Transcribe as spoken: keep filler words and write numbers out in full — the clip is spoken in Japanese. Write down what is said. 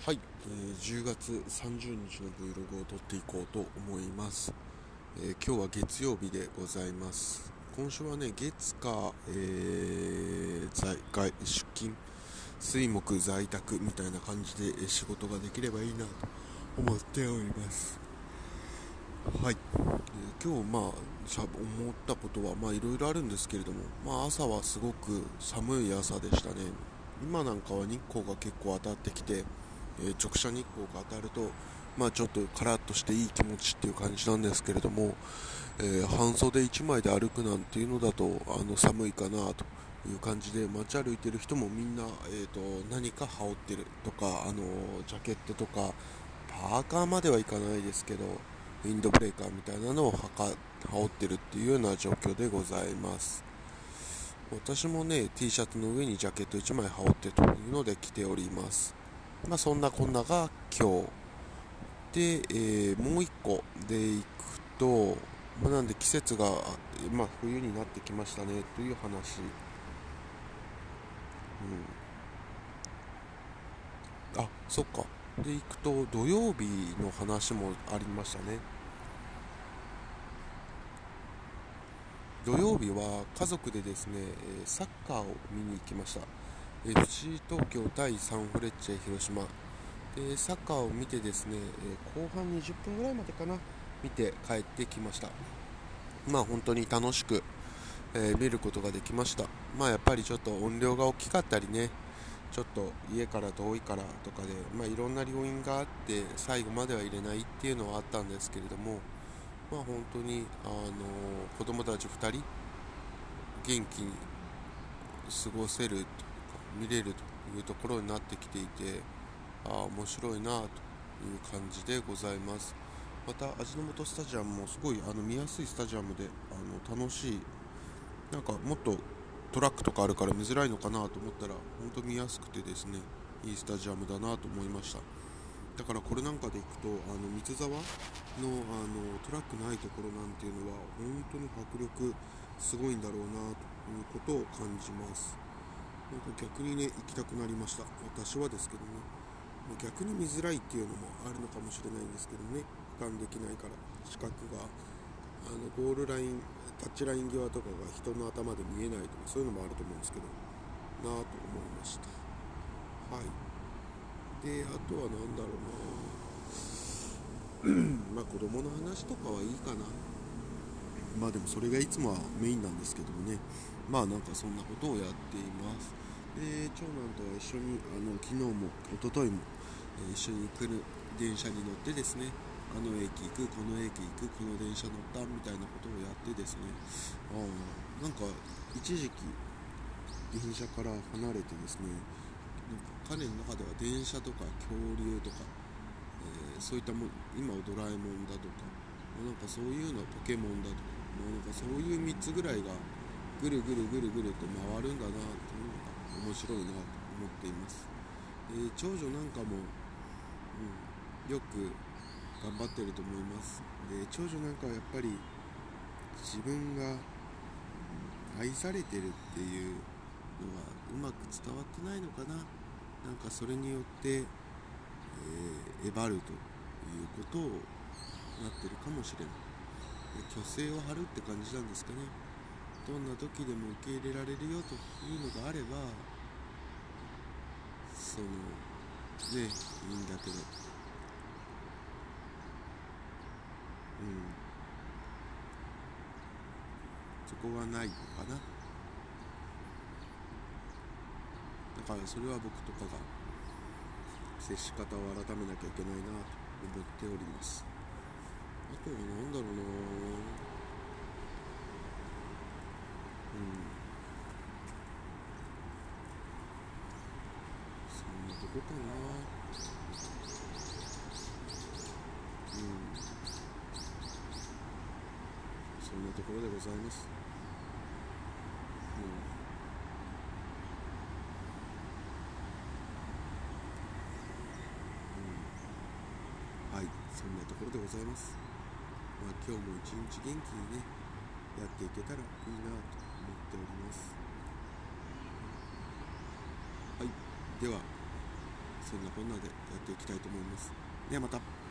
はい、えー、じゅうがつさんじゅうにちの Vlog を撮っていこうと思います。えー今日は月曜日でございます。今週はね、月火、えー在外出勤、水木在宅みたいな感じでえー仕事ができればいいなと思っております。はい、えー今日まあしゃ思ったことはまあいろいろあるんですけれども、まあ朝はすごく寒い朝でしたね。今なんかは日光が結構当たってきて、えー直射日光が当たるとまあちょっとカラッとしていい気持ちっていう感じなんですけれども、えー半袖いちまいで歩くなんていうのだとあの寒いかなという感じで、街歩いてる人もみんな、えー、と何か羽織ってるとか、あのジャケットとかパーカーまではいかないですけどウィンドブレーカーみたいなのをはか羽織ってるっていうような状況でございます。私もね T シャツの上にジャケットいちまい羽織ってというので着ております。まあそんなこんなが今日で、えーもう一個でいくと、まあ、なんで季節が、まあ、冬になってきましたねという話、うん、あそっか。でいくと土曜日の話もありましたね。土曜日は家族でですね、えーサッカーを見に行きました。 エフシー 東京対サンフレッチェ広島でサッカーを見てですね、えー後半にじゅっぷんぐらいまでかな見て帰ってきました。まあ本当に楽しく、えー見ることができました。まあやっぱりちょっと音量が大きかったりね、ちょっと家から遠いからとかで、まあいろんな要因があって最後までは入れないっていうのはあったんですけれども、まあ本当にあのー子供たちふたり元気に過ごせるというか見れるというところになってきていて、ああ面白いなという感じでございます。また味の素スタジアムもすごいあの見やすいスタジアムであの楽しい、なんかもっとトラックとかあるから見づらいのかなと思ったら本当見やすくてですね、いいスタジアムだなと思いました。だからこれなんかで行くとあの三沢の、あのトラックないところなんていうのは本当に迫力すごいんだろうなということを感じます。なんか逆にね行きたくなりました、私はですけどね。逆に見づらいっていうのもあるのかもしれないんですけどね、俯瞰できないから。視覚があのゴールラインタッチライン際とかが人の頭で見えないとかそういうのもあると思うんですけどなぁと思いました。はい。であとは何だろうな、まあ子供の話とかはいいかな。まあでもそれがいつもはメインなんですけどもね、まあなんかそんなことをやっています。で長男とは一緒にあの昨日も一昨日も、えー一緒に来る電車に乗ってですね、あの駅行くこの駅行くこの電車乗ったみたいなことをやってですね、ああなんか一時期電車から離れてですね、なんか彼の中では電車とか恐竜とか、えーそういったもん、今はドラえもんだとか、まあなんかそういうのはポケモンだとか、まあなんかそういうみっつぐらいがぐるぐるぐるぐると回るんだなっていうのが面白いなと思っています。で長女なんかも、うん、よく頑張ってると思います。で長女なんかはやっぱり自分が愛されてるっていうのはうまく伝わってないのかな。なんかそれによって、えー、えばるということをなってるかもしれない。虚勢を張るって感じなんですかね。どんな時でも受け入れられるよというのがあれば、そのねいいんだけど、うんそこがないのかな。だからそれは僕とかが接し方を改めなきゃいけないなと思っております。あとは何だろうな、うんそんなとこかな。うんそんなところでございます。うんはいそんなところでございます。まあ今日も一日元気にねやっていけたらいいなと思っております。はいではそんなこんなでやっていきたいと思います。ではまた。